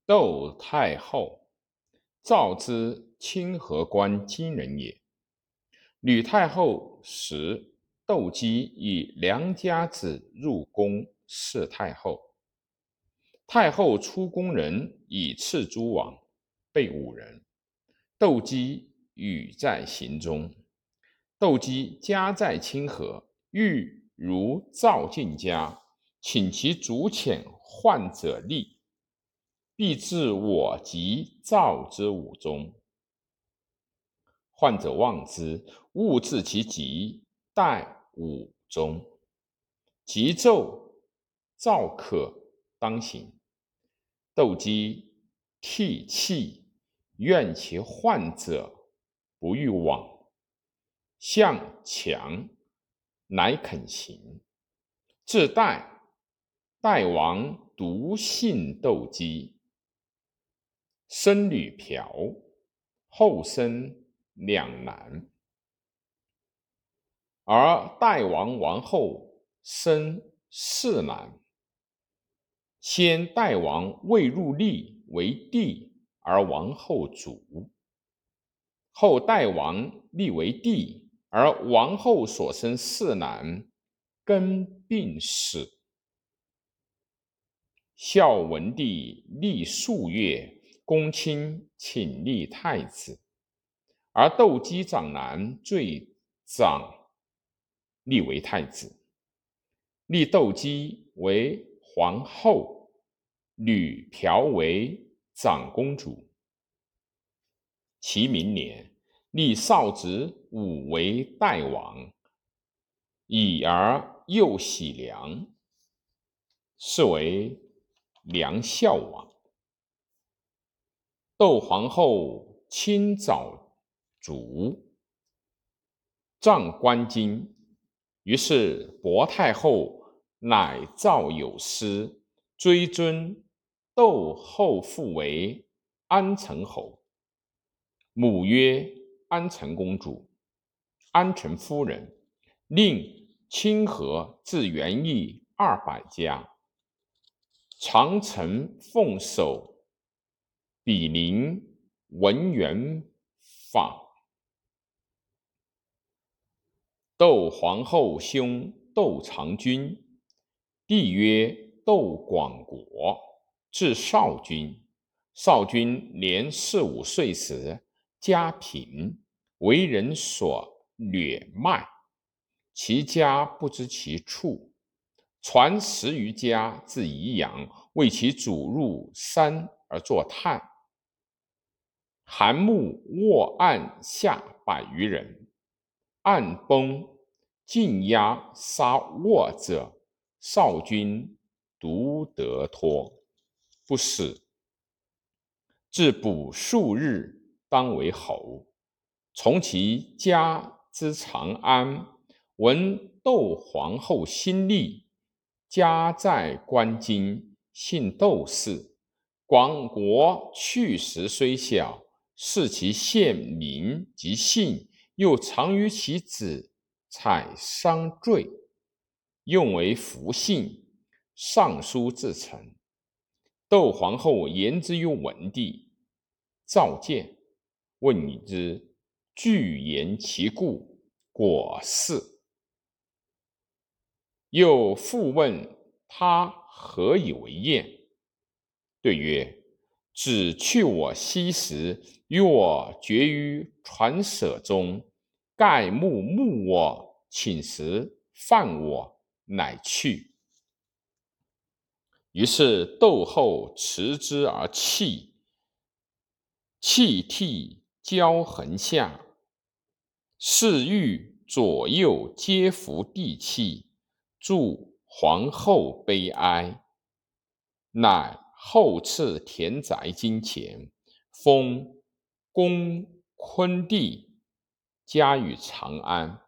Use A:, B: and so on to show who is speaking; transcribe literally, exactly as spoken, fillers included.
A: 窦太后，赵之清河关津人也。吕太后时，窦姬以良家子入宫侍太后。太后出宫人以次诸王，被五人。窦姬与在行中。窦姬家在清河，欲如赵晋家，请其主遣患者立，必至我及赵之武中。患者望之，勿治其疾，待武中。即奏赵可当行。窦姬涕泣，愿其患者不欲往，向强，乃肯行。至代，代王独信窦姬，生女嫖，后生两男。而代王王后生四男。先代王未入立为帝，而王后卒。后代王立为帝，而王后所生四男更病死。孝文帝历数月，公卿请立太子，而窦姬长男最长，立为太子，立窦姬为皇后，吕嫖为长公主。其明年，立少子武为代王，已而又喜良，是为良孝王。窦皇后亲早卒，葬关津。于是薄太后乃造有司，追尊窦后父为安成侯，母曰安成公主。安成夫人，令清河至园艺二百家，常承奉守比邻文园坊。窦皇后兄窦长君，弟曰窦广国，字少君。少君年四五岁时，家贫，为人所掠卖，其家不知其处，传十余家至宜阳，为其主入山而作炭。韩木卧案下百余人，案崩，尽押杀卧者，少君独得脱，不死。至卜数日，当为侯。从其家之长安，闻窦皇后新立，家在关津，姓窦氏。广国去时虽小，视其县名及姓，又常于其子采桑坠，用为福姓，上书至臣。窦皇后言之于文帝，召见，问之，具言其故，果是。又复问他何以为晏，对曰：子去我西时，与我绝于传舍中，盖目目我，寝食犯我，乃去。于是窦后持之而泣，泣涕交横下，侍御左右皆服涕泣，助皇后悲哀。乃后赐田宅金钱，封公昆弟，加于长安。